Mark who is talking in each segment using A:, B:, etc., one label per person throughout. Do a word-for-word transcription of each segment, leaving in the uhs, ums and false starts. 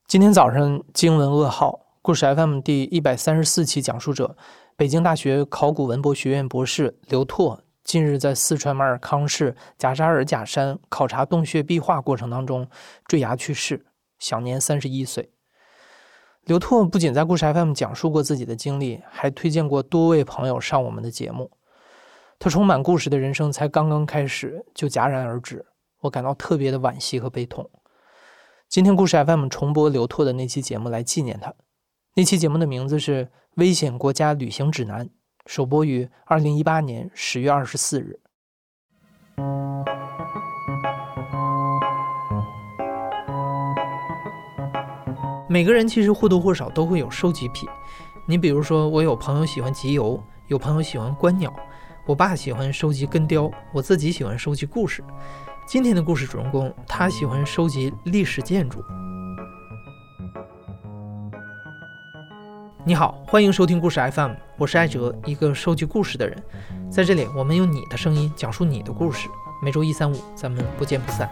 A: 今天早上经闻噩耗，故事 F M 第一百三十四期讲述者，北京大学考古文博学院博士刘拓，近日在四川马尔康市贾扎尔假山考察洞穴壁画过程当中坠崖去世，享年三十一岁。刘拓不仅在故事 F M 讲述过自己的经历，还推荐过多位朋友上我们的节目。他充满故事的人生才刚刚开始就戛然而止，我感到特别的惋惜和悲痛。今天故事 F M 重播刘拓的那期节目来纪念他。那期节目的名字是《危险国家旅行指南》，首播于二零一八年十月二十四日。每个人其实或多或少都会有收集癖。你比如说，我有朋友喜欢集邮，有朋友喜欢观鸟，我爸喜欢收集根雕，我自己喜欢收集故事。今天的故事主人公，他喜欢收集历史建筑。你好，欢迎收听故事 F M， 我是艾哲，一个收集故事的人。在这里，我们用你的声音讲述你的故事。每周一、三、五，咱们不见不散。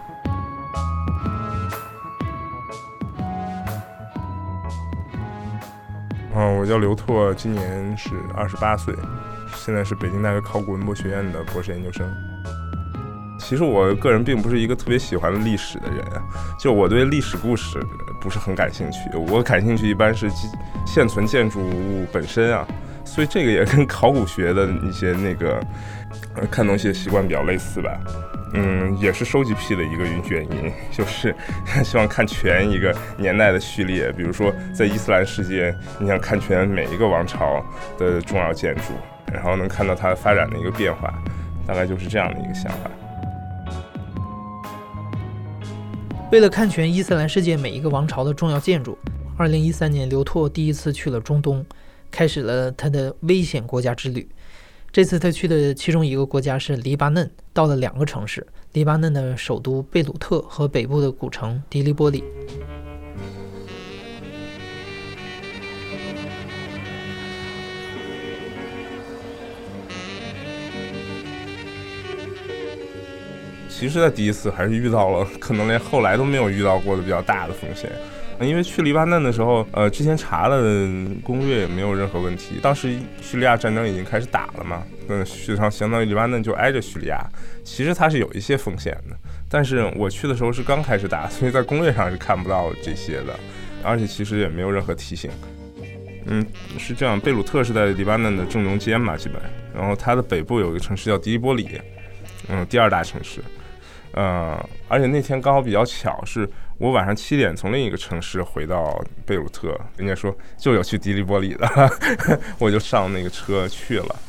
B: 嗯，我叫刘拓，今年是二十八岁，现在是北京大学考古文博学院的博士研究生。其实我个人并不是一个特别喜欢历史的人啊，就我对历史故事不是很感兴趣，我感兴趣一般是现存建筑物本身啊，所以这个也跟考古学的一些那个看东西的习惯比较类似吧。嗯，也是收集癖的一个原因，就是希望看全一个年代的序列，比如说在伊斯兰世界，你想看全每一个王朝的重要建筑，然后能看到它发展的一个变化，大概就是这样的一个想法。
A: 为了看全伊斯兰世界每一个王朝的重要建筑，二零一三年刘拓第一次去了中东，开始了他的危险国家之旅。这次他去的其中一个国家是黎巴嫩，到了两个城市，黎巴嫩的首都贝鲁特和北部的古城迪利波里。
B: 其实在第一次还是遇到了可能连后来都没有遇到过的比较大的风险，因为去黎巴嫩的时候，呃，之前查了攻略也没有任何问题。当时叙利亚战争已经开始打了嘛，嗯，实际上相当于黎巴嫩就挨着叙利亚，其实它是有一些风险的。但是我去的时候是刚开始打，所以在攻略上是看不到这些的，而且其实也没有任何提醒。嗯，是这样，贝鲁特是在黎巴嫩的正中间嘛，基本，然后它的北部有一个城市叫迪利波里，嗯，第二大城市。呃，而且那天刚好比较巧，是我晚上七点从另一个城市回到贝鲁特，人家说就有去迪利波里的，我就上那个车去了。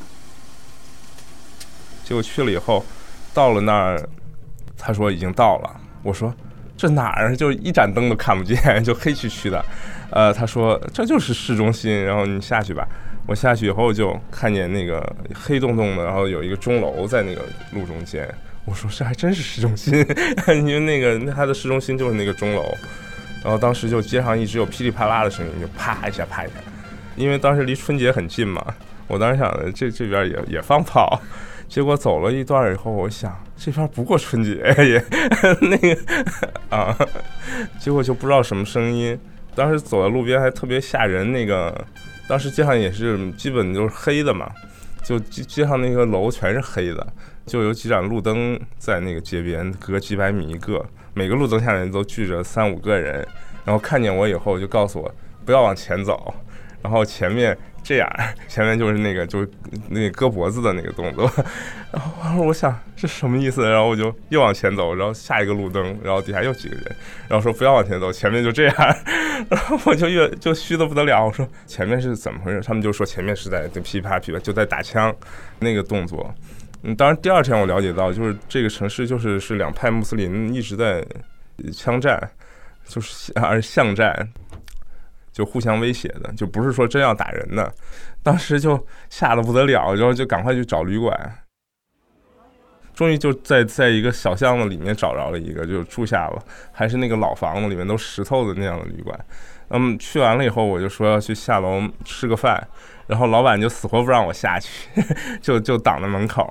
B: 结果去了以后，到了那儿，他说已经到了，我说这哪儿？就一盏灯都看不见，就黑黢黢的。呃，他说这就是市中心，然后你下去吧。我下去以后就看见那个黑洞洞的，然后有一个钟楼在那个路中间。我说这还真是市中心，因为那个它的市中心就是那个钟楼，然后当时就街上一直有噼里啪啦的声音，就啪一下啪一下，因为当时离春节很近嘛，我当时想着这这边也也放炮，结果走了一段以后，我想这边不过春节也那个啊，结果就不知道什么声音，当时走在路边还特别吓人，那个当时街上也是基本就是黑的嘛，就街上那个楼全是黑的。就有几盏路灯在那个街边，隔几百米一个，每个路灯下面都聚着三五个人，然后看见我以后就告诉我不要往前走，然后前面这样，前面就是那个就是那个割脖子的那个动作，然后我想是什么意思，然后我就又往前走，然后下一个路灯，然后底下又几个人，然后说不要往前走，前面就这样，然后我就越就虚的不得了，我说前面是怎么回事？他们就说前面是在噼啪噼啪就在打枪那个动作。嗯，当然第二天我了解到，就是这个城市就是是两派穆斯林一直在枪战，就是而巷战，就互相威胁的，就不是说真要打人的。当时就吓得不得了，然后就赶快去找旅馆，终于就在在一个小巷子里面找着了一个，就住下了，还是那个老房子里面都石头的那样的旅馆。嗯，去完了以后，我就说要去下楼吃个饭，然后老板就死活不让我下去，就就挡在门口。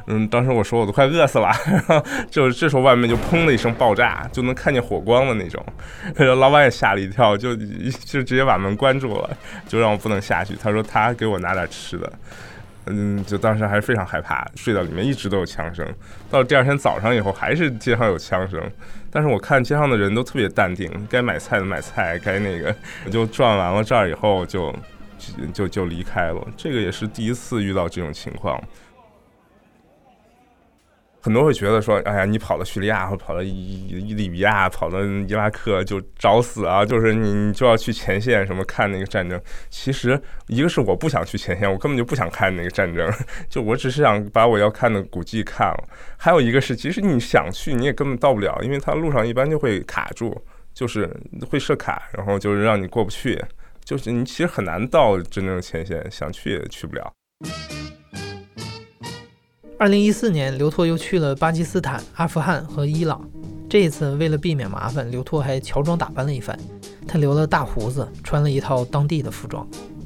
B: 嗯，当时我说我都快饿死了，然后就这时候外面就砰的一声爆炸，就能看见火光的那种，然后老板也吓了一跳，就就直接把门关住了，就让我不能下去。他说他给我拿点吃的。嗯，就当时还是非常害怕，睡到里面一直都有枪声，到第二天早上以后还是街上有枪声，但是我看街上的人都特别淡定，该买菜的买菜，该那个我就转完了这儿以后就就就离开了。这个也是第一次遇到这种情况。很多会觉得说，哎呀，你跑到叙利亚或跑到伊利比亚，跑到伊拉克就找死啊！就是你你就要去前线什么看那个战争。其实一个是我不想去前线，我根本就不想看那个战争，就我只是想把我要看的古迹看了。还有一个是，其实你想去你也根本到不了，因为它路上一般就会卡住，就是会设卡，然后就是让你过不去，就是你其实很难到真正的前线，想去也去不了。
A: 二零一四年，刘拓又去了巴基斯坦、阿富汗和伊朗。这一次，为了避免麻烦，刘拓还乔装打扮了一番。他留了大胡子，穿了一套当地的服装。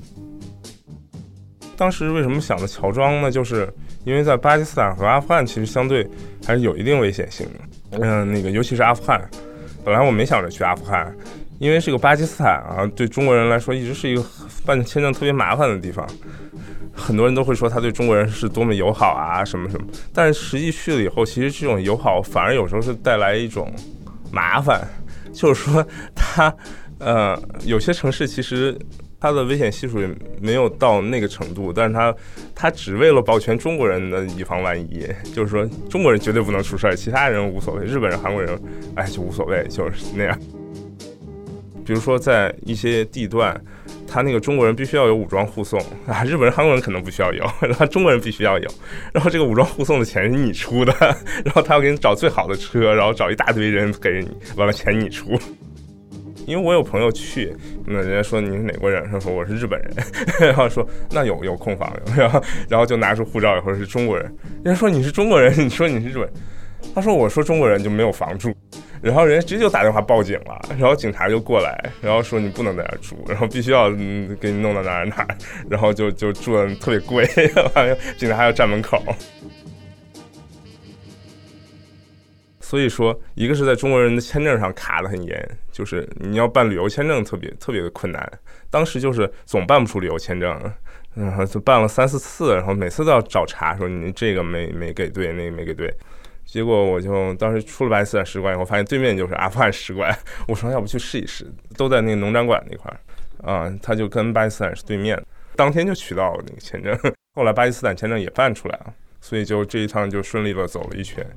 B: 当时为什么想的乔装呢？就是因为在巴基斯坦和阿富汗，其实相对还是有一定危险性的。嗯，那个尤其是阿富汗，本来我没想着去阿富汗，因为这个巴基斯坦啊，对中国人来说一直是一个办签证特别麻烦的地方。很多人都会说他对中国人是多么友好啊，什么什么，但是实际去了以后，其实这种友好反而有时候是带来一种麻烦，就是说他呃有些城市其实它的危险系数也没有到那个程度，但是他他只为了保全中国人的以防万一，就是说中国人绝对不能出事儿，其他人无所谓，日本人、韩国人哎就无所谓，就是那样。比如说在一些地段，他那个中国人必须要有武装护送啊，日本人、韩国人可能不需要有，然后中国人必须要有，然后这个武装护送的钱是你出的，然后他要给你找最好的车，然后找一大堆人给你，完了钱你出。因为我有朋友去，那人家说你是哪国人，他说我是日本人，然后说那有有空房，然后然后就拿出护照以后是中国人，人家说你是中国人，你说你是日本人，他说我说中国人就没有房住。然后人家直接就打电话报警了，然后警察就过来，然后说你不能在那儿住，然后必须要、嗯、给你弄到哪儿哪儿，然后就就住的特别贵，警察还要站门口。所以说，一个是在中国人的签证上卡得很严，就是你要办旅游签证特别特别的困难，当时就是总办不出旅游签证，然后就办了三四次，然后每次都要找茬，说你这个没没给对，那个没给对。结果我就当时出了巴基斯坦使馆以后，发现对面就是阿富汗使馆。我说要不去试一试，都在那个农展馆那块儿啊，他就跟巴基斯坦是对面，当天就取到了那个签证。后来巴基斯坦签证也办出来了，所以就这一趟就顺利的走了一圈。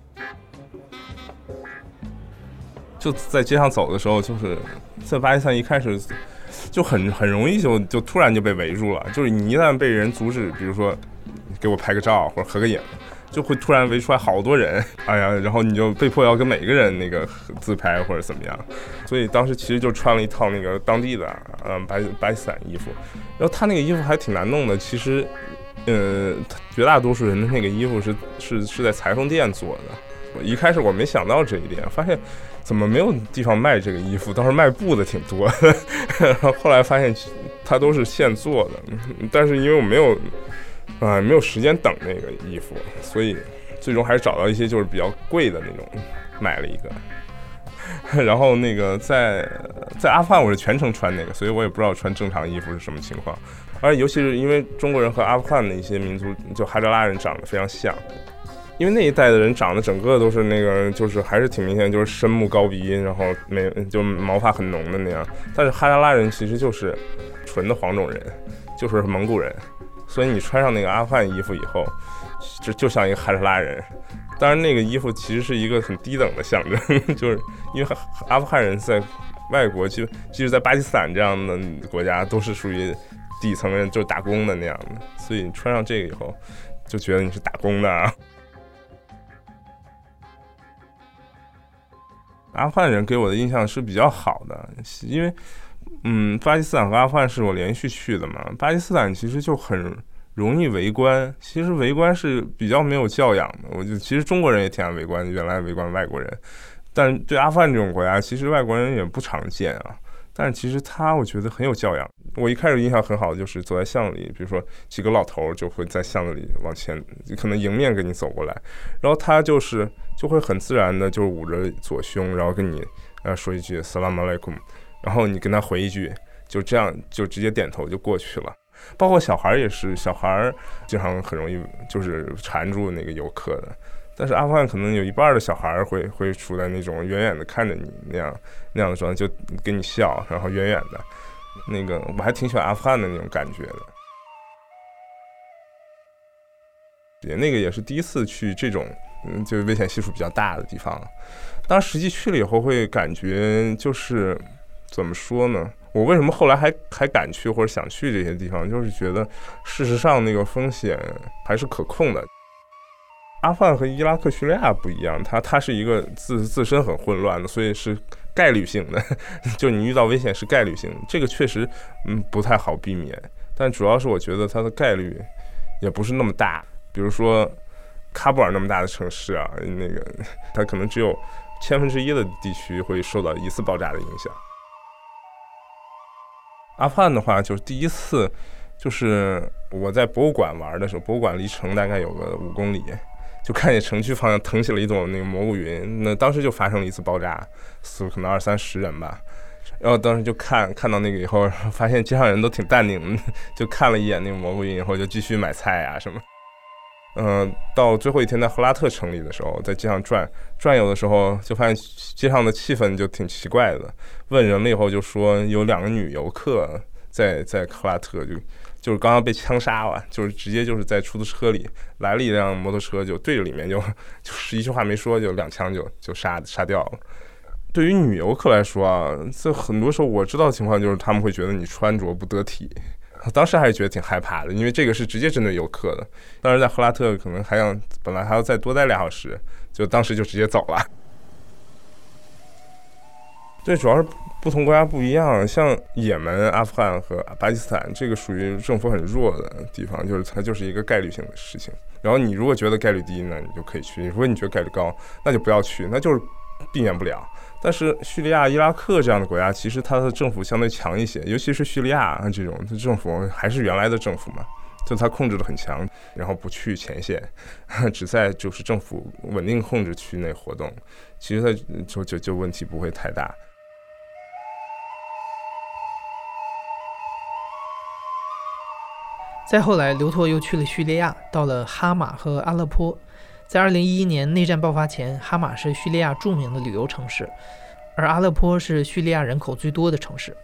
B: 就在街上走的时候，就是在巴基斯坦一开始就很很容易就就突然就被围住了，就是你一旦被人阻止，比如说给我拍个照或者合个影，就会突然围出来好多人，哎呀，然后你就被迫要跟每个人那个自拍或者怎么样，所以当时其实就穿了一套那个当地的嗯巴巴基斯坦衣服，然后他那个衣服还挺难弄的，其实呃绝大多数人的那个衣服是是是在裁缝店做的，一开始我没想到这一点，发现怎么没有地方卖这个衣服，倒是卖布的挺多的，然后后来发现它都是现做的，但是因为我没有啊、呃，没有时间等那个衣服，所以最终还是找到一些就是比较贵的那种，买了一个。然后那个在在阿富汗我是全程穿那个，所以我也不知道穿正常衣服是什么情况。而尤其是因为中国人和阿富汗的一些民族，就哈扎拉人长得非常像，因为那一代的人长得整个都是那个，就是还是挺明显，就是深目高鼻，然后没就毛发很浓的那样。但是哈扎拉人其实就是纯的黄种人，就是蒙古人。所以你穿上那个阿富汗衣服以后，就就像一个哈扎拉人。当然，那个衣服其实是一个很低等的象征，就是因为阿富汗人在外国，就即使在巴基斯坦这样的国家，都是属于底层人，就是打工的那样的。所以你穿上这个以后，就觉得你是打工的啊。阿富汗人给我的印象是比较好的，因为。嗯，巴基斯坦和阿富汗是我连续去的嘛。巴基斯坦其实就很容易围观，其实围观是比较没有教养的。我就其实中国人也挺爱围观，原来围观外国人，但对阿富汗这种国家，其实外国人也不常见啊。 但是其实他我觉得很有教养。我一开始印象很好的就是走在巷里，比如说几个老头就会在巷子里往前，可能迎面跟你走过来，然后他就是就会很自然的就捂着左胸，然后跟你呃说一句 Salam alaikum， 然后你跟他回一句，就这样就直接点头就过去了。包括小孩也是，小孩经常很容易就是缠住那个游客的。但是阿富汗可能有一半的小孩会会处在那种远远的看着你那样那样的状态，就跟你笑，然后远远的，那个我还挺喜欢阿富汗的那种感觉的。那个也是第一次去这种嗯，就危险系数比较大的地方。当实际去了以后，会感觉就是怎么说呢？我为什么后来还还敢去或者想去这些地方，就是觉得事实上那个风险还是可控的。阿富汗和伊拉克、叙利亚不一样，它它是一个自自身很混乱的，所以是概率性的，就你遇到危险是概率性的，这个确实嗯不太好避免。但主要是我觉得它的概率也不是那么大，比如说喀布尔那么大的城市啊，那个它可能只有千分之一的地区会受到一次爆炸的影响。阿富汗的话，就是第一次，就是我在博物馆玩的时候，博物馆离城大概有个五公里。就看见城区方向腾起了一朵那个蘑菇云，那当时就发生了一次爆炸，死了可能二三十人吧。然后当时就看看到那个以后，发现街上人都挺淡定的，就看了一眼那个蘑菇云以后，就继续买菜啊什么。嗯、呃，到最后一天在赫拉特城里的时候，在街上转转悠的时候，就发现街上的气氛就挺奇怪的。问人了以后，就说有两个女游客在在赫拉特就。就是刚刚被枪杀了，就是直接就是在出租车里来了一辆摩托车，就对着里面就就是一句话没说，就两枪就就杀杀掉了。对于女游客来说啊，这很多时候我知道的情况就是他们会觉得你穿着不得体，当时还是觉得挺害怕的，因为这个是直接针对游客的。当时在赫拉特可能还想本来还要再多待俩小时，就当时就直接走了。这主要是不同国家不一样，像也门、阿富汗和巴基斯坦，这个属于政府很弱的地方，就是它就是一个概率性的事情。然后你如果觉得概率低呢，你就可以去；如果你觉得概率高，那就不要去，那就是避免不了。但是叙利亚、伊拉克这样的国家，其实它的政府相对强一些，尤其是叙利亚这种，它政府还是原来的政府嘛，就它控制的很强，然后不去前线，只在就是政府稳定控制区内活动，其实它就就就问题不会太大。
A: 再后来，刘拓又去了叙利亚，到了哈马和阿勒颇。在二零一一年内战爆发前，哈马是叙利亚著名的旅游城市，而阿勒颇是叙利亚人口最多的城市。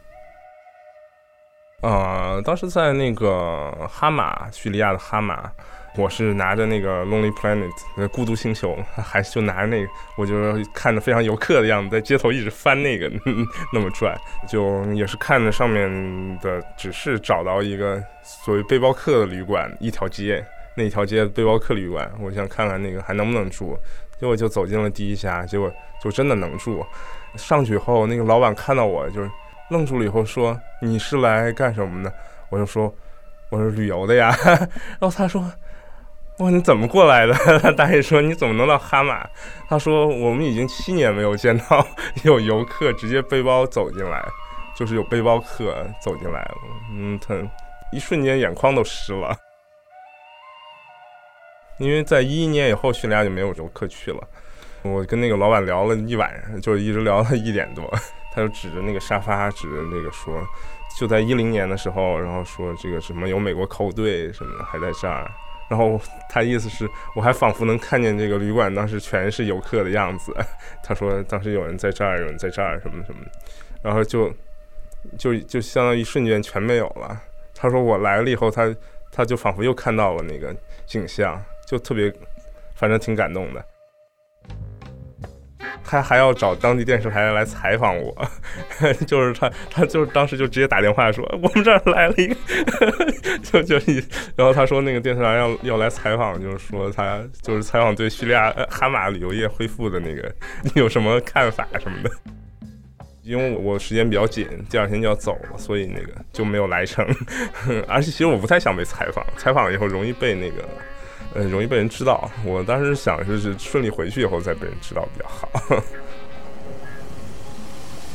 B: 呃，当时在那个哈马，叙利亚的哈马，我是拿着那个 Lonely Planet 孤独星球，还就拿着那个，我就看着非常游客的样子，在街头一直翻那个那么转，就也是看着上面的指示找到一个所谓背包客的旅馆，一条街那一条街的背包客旅馆，我想看看那个还能不能住，结果就走进了第一家，结果就真的能住。上去以后，那个老板看到我就是愣住了以后说：“你是来干什么的？”我就说：“我是旅游的呀。”然后他说：“哇，你怎么过来的？”他大爷说：“你怎么能到哈马？”他说：“我们已经七年没有见到有游客直接背包走进来，就是有背包客走进来了。”嗯，他一瞬间眼眶都湿了，因为在一一年以后，叙利亚就没有游客去了。我跟那个老板聊了一晚上，就一直聊到一点多。他就指着那个沙发，指着那个说，就在一零年的时候，然后说这个什么有美国考古队什么的还在这儿，然后他意思是我还仿佛能看见这个旅馆当时全是游客的样子。他说当时有人在这儿，有人在这儿什么什么，然后就就就相当于一瞬间全没有了。他说我来了以后，他他就仿佛又看到了那个景象，就特别，反正挺感动的。他还要找当地电视台来采访我，就是他，他就是当时就直接打电话说我们这儿来了一个，就就一，然后他说那个电视台要要来采访，就是说他就是采访对叙利亚哈马旅游业恢复的那个有什么看法什么的。因为我时间比较紧，第二天就要走了，所以那个就没有来成。而且其实我不太想被采访，采访以后容易被那个。呃，容易被人知道。我当时想就是顺利回去以后再被人知道比较好。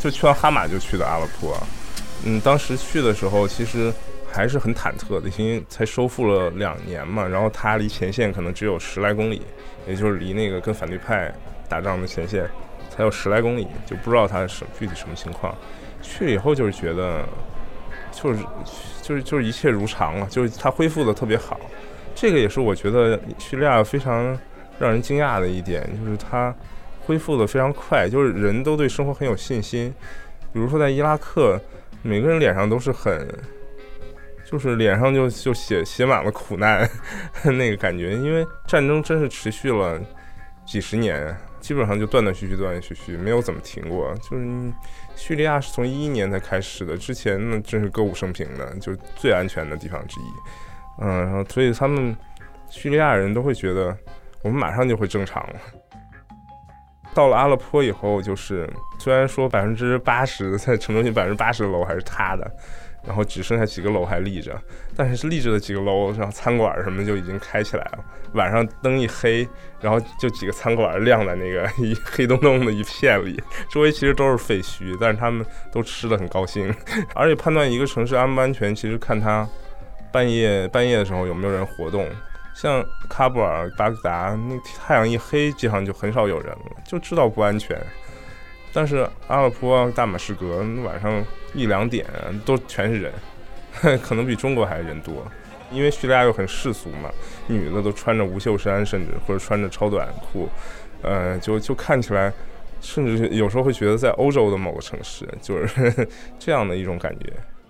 B: 就去完哈马就去的阿勒颇。嗯，当时去的时候其实还是很忐忑的，因为才收复了两年嘛，然后它离前线可能只有十来公里，也就是离那个跟反对派打仗的前线才有十来公里，就不知道它是具体什么情况。去了以后就是觉得，就是就是就是一切如常了，就是它恢复的特别好。这个也是我觉得叙利亚非常让人惊讶的一点，就是它恢复的非常快，就是人都对生活很有信心。比如说在伊拉克，每个人脸上都是很，就是脸上就就写写满了苦难那个感觉，因为战争真是持续了几十年，基本上就断断续续断断续续，没有怎么停过。就是叙利亚是从一一年才开始的，之前呢真是歌舞升平的，就最安全的地方之一。嗯，然后所以他们叙利亚人都会觉得我们马上就会正常了。到了阿勒颇以后，就是虽然说百分之八十在城中心百分之八十的楼还是塌的，然后只剩下几个楼还立着，但是立着的几个楼，然后餐馆什么的就已经开起来了。晚上灯一黑，然后就几个餐馆亮在那个一黑洞洞的一片里，周围其实都是废墟，但是他们都吃得很高兴。而且判断一个城市安不安全，其实看它半夜半夜的时候有没有人活动。像喀布尔、巴格达，那太阳一黑，街上就很少有人了，就知道不安全。但是阿勒颇、大马士革晚上一两点都全是人，可能比中国还人多。因为叙利亚又很世俗嘛，女的都穿着无袖衫，甚至或者穿着超短裤，呃，就就看起来，甚至有时候会觉得在欧洲的某个城市，就是这样的一种感觉。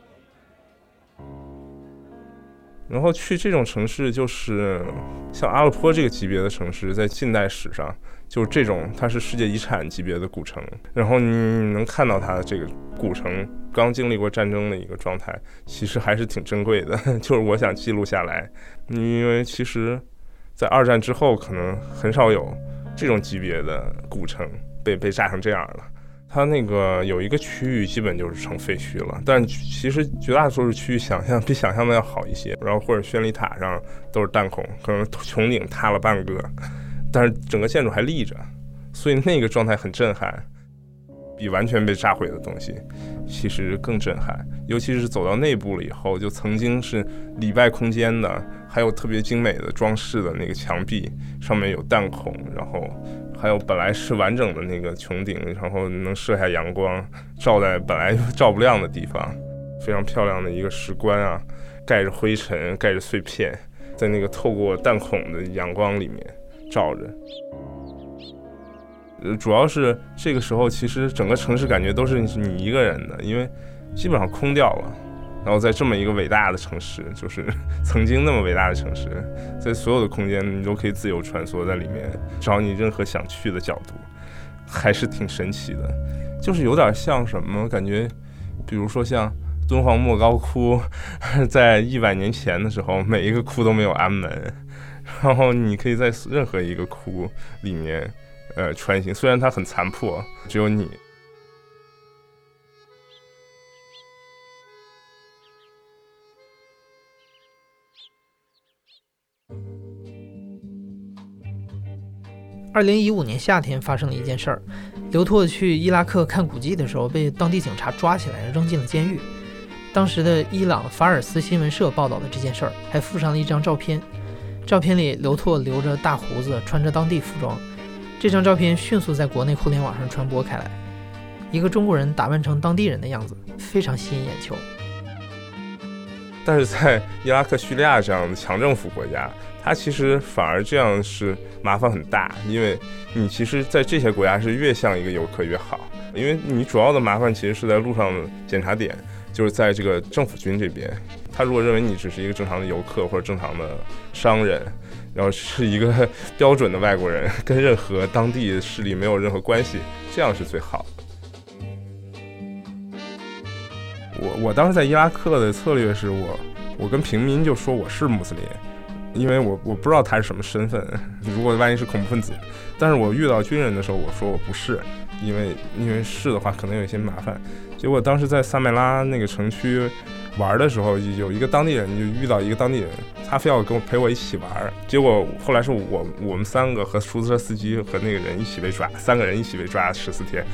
B: 然后去这种城市，就是像阿勒颇这个级别的城市，在近代史上就是这种，它是世界遗产级别的古城。然后你能看到它的这个古城刚经历过战争的一个状态，其实还是挺珍贵的。就是我想记录下来，因为其实在二战之后，可能很少有这种级别的古城被被炸成这样了。它那个有一个区域基本就是成废墟了，但其实绝大多数区域想象比想象的要好一些，然后或者宣礼塔上都是弹孔，可能穹顶塌了半个，但是整个建筑还立着，所以那个状态很震撼，比完全被炸毁的东西其实更震撼。尤其是走到内部了以后，就曾经是礼拜空间的，还有特别精美的装饰的那个墙壁上面有弹孔，然后还有本来是完整的那个穹顶，然后能射下阳光，照在本来照不亮的地方，非常漂亮的一个石棺啊，盖着灰尘，盖着碎片，在那个透过弹孔的阳光里面照着。呃，主要是这个时候，其实整个城市感觉都是你一个人的，因为基本上空掉了。然后在这么一个伟大的城市，就是曾经那么伟大的城市，在所有的空间你都可以自由穿梭在里面，找你任何想去的角度，还是挺神奇的。就是有点像什么感觉，比如说像敦煌莫高窟，在一百年前的时候，每一个窟都没有安门，然后你可以在任何一个窟里面呃穿行，虽然它很残破，只有你。
A: 二零一五年夏天发生了一件事儿，刘拓去伊拉克看古迹的时候被当地警察抓起来扔进了监狱。当时的伊朗法尔斯新闻社报道的这件事儿，还附上了一张照片。照片里刘拓留着大胡子，穿着当地服装。这张照片迅速在国内互联网上传播开来，一个中国人打扮成当地人的样子，非常吸引眼球。
B: 但是在伊拉克、叙利亚这样的强政府国家，它其实反而这样是麻烦很大，因为你其实在这些国家是越像一个游客越好，因为你主要的麻烦其实是在路上的检查点，就是在这个政府军这边，他如果认为你只是一个正常的游客或者正常的商人，然后是一个标准的外国人，跟任何当地势力没有任何关系，这样是最好的。我我当时在伊拉克的策略是我我跟平民就说我是穆斯林，因为我我不知道他是什么身份，如果万一是恐怖分子，但是我遇到军人的时候我说我不是，因为因为是的话可能有一些麻烦。结果当时在萨麦拉那个城区玩的时候，有一个当地人就遇到一个当地人，他非要跟我陪我一起玩，结果后来是我我们三个和出租车司机和那个人一起被抓，三个人一起被抓十四天。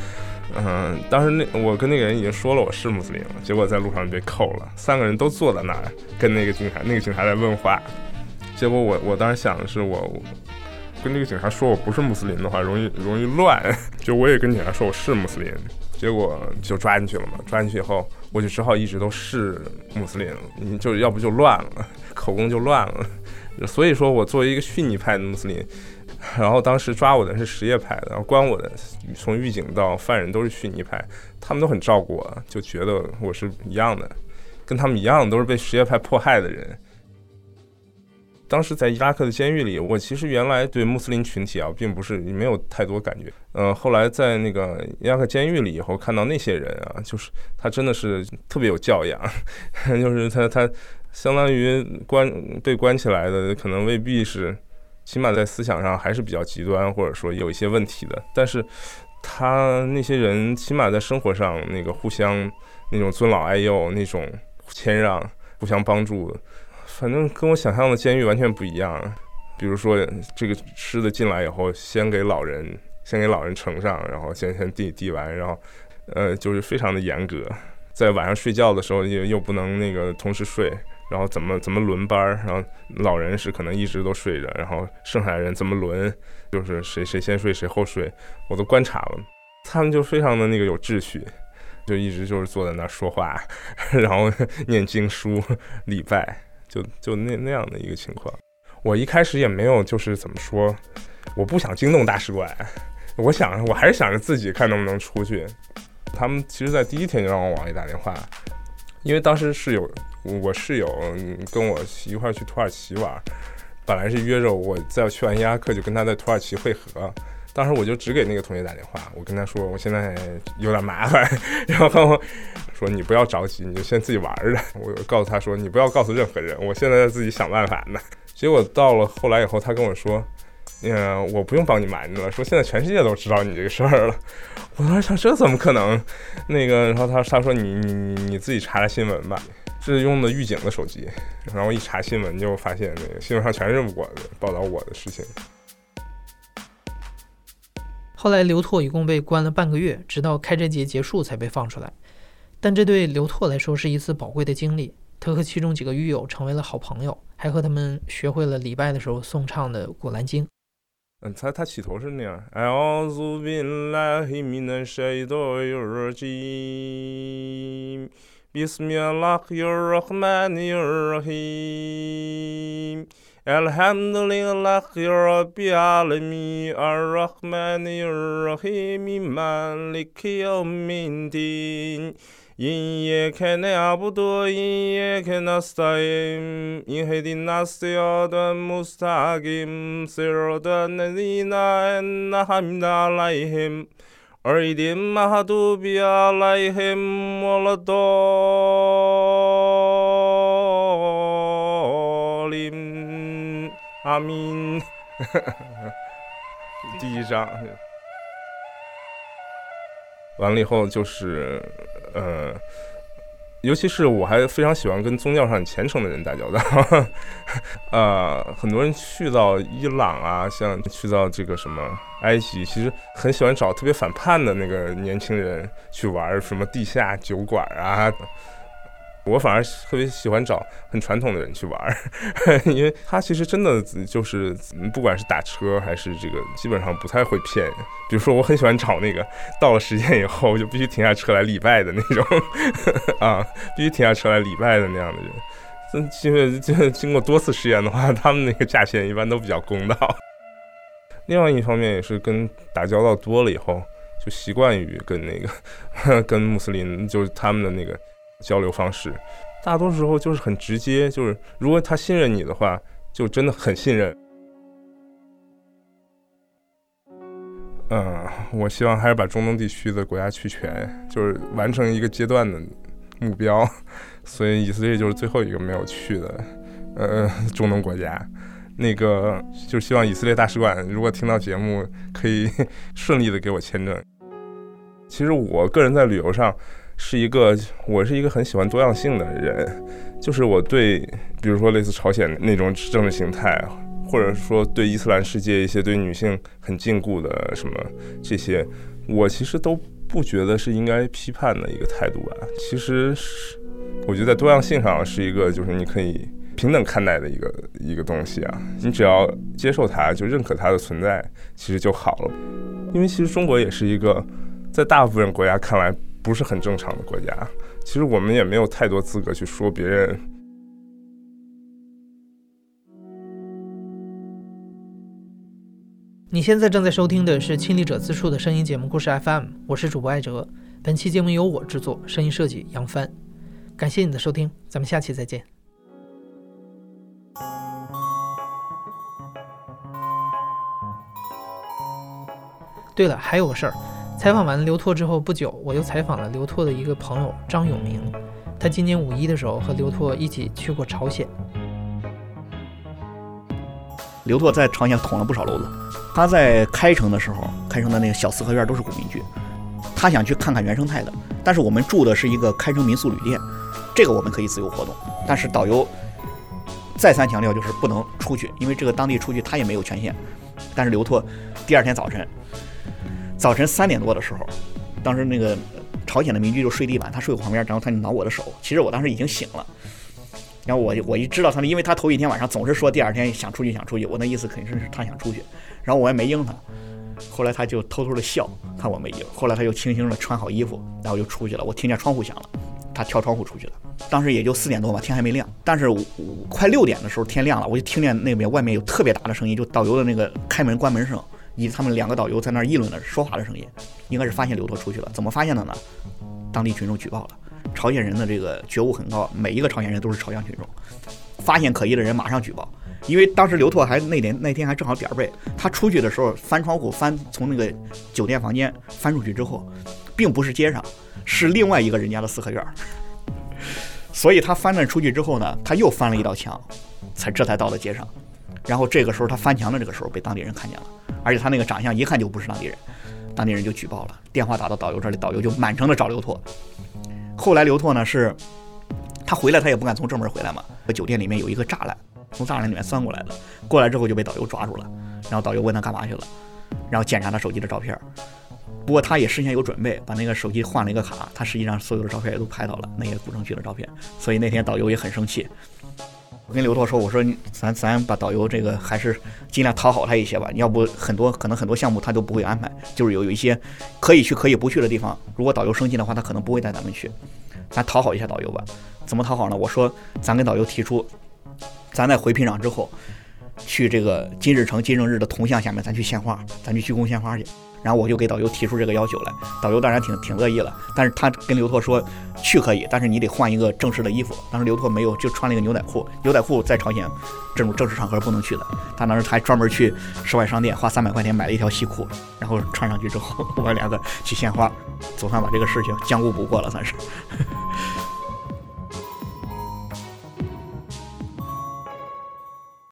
B: 嗯，当时那我跟那个人已经说了我是穆斯林了，结果在路上被扣了，三个人都坐在那儿跟那个警察，那个警察在问话，结果我我当时想的是我。我跟这个警察说我不是穆斯林的话，容易容易乱。就我也跟警察说我是穆斯林，结果就抓进去了嘛。抓进去以后，我就只好一直都是穆斯林，你就要不就乱了，口供就乱了。所以说我作为一个逊尼派的穆斯林，然后当时抓我的是什叶派的，然后关我的从狱警到犯人都是逊尼派，他们都很照顾我，就觉得我是一样的，跟他们一样都是被什叶派迫害的人。当时在伊拉克的监狱里，我其实原来对穆斯林群体啊，并不是没有太多感觉。呃，后来在那个伊拉克监狱里以后，看到那些人啊，就是他真的是特别有教养，就是他他相当于关被关起来的，可能未必是，起码在思想上还是比较极端，或者说有一些问题的。但是他那些人起码在生活上那个互相那种尊老爱幼，那种谦让，互相帮助。反正跟我想象的监狱完全不一样，比如说这个吃的进来以后，先给老人先给老人盛上，然后先先递递完，然后呃就是非常的严格，在晚上睡觉的时候又又不能那个同时睡，然后怎么怎么轮班，然后老人是可能一直都睡着，然后剩下的人怎么轮，就是谁谁先睡谁后睡，我都观察了，他们就非常的那个有秩序，就一直就是坐在那说话，然后念经书礼拜。就就那那样的一个情况，我一开始也没有就是怎么说，我不想惊动大使馆，我想我还是想着自己看能不能出去。他们其实在第一天就让我往里打电话，因为当时是有我室友跟我一块去土耳其玩，本来是约着我在去完伊拉克就跟他在土耳其会合。当时我就只给那个同学打电话，我跟他说我现在有点麻烦，然后说你不要着急，你就先自己玩着。我告诉他说你不要告诉任何人，我现在自己想办法呢。结果到了后来以后，他跟我说，嗯，我不用帮你瞒着了，说现在全世界都知道你这个事儿了。我当时想这怎么可能？那个，然后他他说你你你你自己查查新闻吧，是用的狱警的手机，然后一查新闻就发现那个新闻上全是我的报道我的事情。
A: 后来刘拓一共被关了半个月，直到开斋节结束才被放出来。但这对刘拓来说是一次宝贵的经历，他和其中几个狱友成为了好朋友，还和他们学会了礼拜的时候诵唱的古兰经。
B: 嗯，他他起头是那样，A'udhu billahi minash shaitanir rajim, Bismillahir rahmanir rahim.Alhamdulillahi Rabbil Alamin Ar-Rahmanir Rahim Maliki Yawmiddin Iyyaka na'budu wa iyyaka nasta'in Ihdinas siratal mustaqim Siratal ladzina an'amta 'alaihim ghayril maghdubi 'alaihim waladdallin阿明第一章完了以后就是呃尤其是我还非常喜欢跟宗教上很虔诚的人打交道呃很多人去到伊朗啊，像去到这个什么埃及，其实很喜欢找特别反叛的那个年轻人去玩什么地下酒馆啊，我反而特别喜欢找很传统的人去玩，因为他其实真的就是不管是打车还是这个基本上不太会骗人。比如说我很喜欢找那个到了时间以后就必须停下车来礼拜的那种啊，必须停下车来礼拜的那样的人。因为经过多次实验的话，他们那个价钱一般都比较公道。另外一方面也是跟打交道多了以后，就习惯于跟那个跟穆斯林就是他们的那个交流方式，大多时候就是很直接，就是如果他信任你的话，就真的很信任。嗯，我希望还是把中东地区的国家去全，就是完成一个阶段的目标，所以以色列就是最后一个没有去的呃中东国家。那个就希望以色列大使馆如果听到节目可以顺利的给我签证。其实我个人在旅游上是一个我是一个很喜欢多样性的人，就是我对比如说类似朝鲜那种政治形态，或者说对伊斯兰世界一些对女性很禁锢的什么这些，我其实都不觉得是应该批判的一个态度吧。其实是我觉得在多样性上是一个就是你可以平等看待的一个一个东西啊，你只要接受它，就认可它的存在，其实就好了。因为其实中国也是一个在大部分国家看来不是很正常的国家，其实我们也没有太多资格去说别人。
A: 你现在正在收听的是亲历者自述的声音节目故事 F M， 我是主播艾哲，本期节目由我制作，声音设计杨帆。感谢你的收听，咱们下期再见。对了，还有个事儿，采访完刘拓之后不久，我又采访了刘拓的一个朋友张永明，他今年五一的时候和刘拓一起去过朝鲜。
C: 刘拓在朝鲜捅了不少娄子，他在开城的时候，开城的那个小四合院都是古民居，他想去看看原生态的，但是我们住的是一个开城民宿旅店，这个我们可以自由活动，但是导游再三强调就是不能出去，因为这个当地出去他也没有权限。但是刘拓第二天早晨早晨三点多的时候，当时那个朝鲜的民居就睡地板，他睡我旁边，然后他就挠我的手，其实我当时已经醒了，然后我我一知道他，因为他头一天晚上总是说第二天想出去想出去，我那意思肯定是他想出去，然后我也没应他，后来他就偷偷的笑，看我没应，后来他又轻轻的穿好衣服，然后就出去了，我听见窗户响了，他跳窗户出去了，当时也就四点多吧，天还没亮，但是快六点的时候天亮了，我就听见那边外面有特别大的声音，就导游的那个开门关门声，以及他们两个导游在那儿议论的说话的声音，应该是发现刘拓出去了。怎么发现的呢？当地群众举报了。朝鲜人的这个觉悟很高，每一个朝鲜人都是朝鲜群众，发现可疑的人马上举报。因为当时刘拓还那天那天还正好点背，他出去的时候翻窗户翻从那个酒店房间翻出去之后，并不是街上，是另外一个人家的四合院，所以他翻了出去之后呢，他又翻了一道墙，才这才到了街上。然后这个时候他翻墙的这个时候被当地人看见了，而且他那个长相一看就不是当地人，当地人就举报了，电话打到导游这里，导游就满城的找刘拓。后来刘拓呢是他回来他也不敢从正门回来嘛，酒店里面有一个栅栏，从栅栏里面钻过来的，过来之后就被导游抓住了，然后导游问他干嘛去了，然后检查他手机的照片，不过他也事先有准备，把那个手机换了一个卡，他实际上所有的照片也都拍到了，那些古城区的照片，所以那天导游也很生气。我跟刘拓说，我说咱咱把导游这个还是尽量讨好他一些吧，要不很多可能很多项目他都不会安排，就是有有一些可以去可以不去的地方，如果导游生气的话，他可能不会带咱们去，咱讨好一下导游吧。怎么讨好呢？我说咱跟导游提出，咱在回平壤之后，去这个金日成金正日的铜像下面，咱去献花，咱去鞠躬献花去。然后我就给导游提出这个要求来，导游当然挺挺乐意了，但是他跟刘拓说去可以，但是你得换一个正式的衣服。当时刘拓没有，就穿了一个牛仔裤，牛仔裤在朝鲜这种正式场合不能去的。他当时还专门去室外商店花三百块钱买了一条西裤，然后穿上去之后，我们两个去献花，总算把这个事情将功补过了，算是。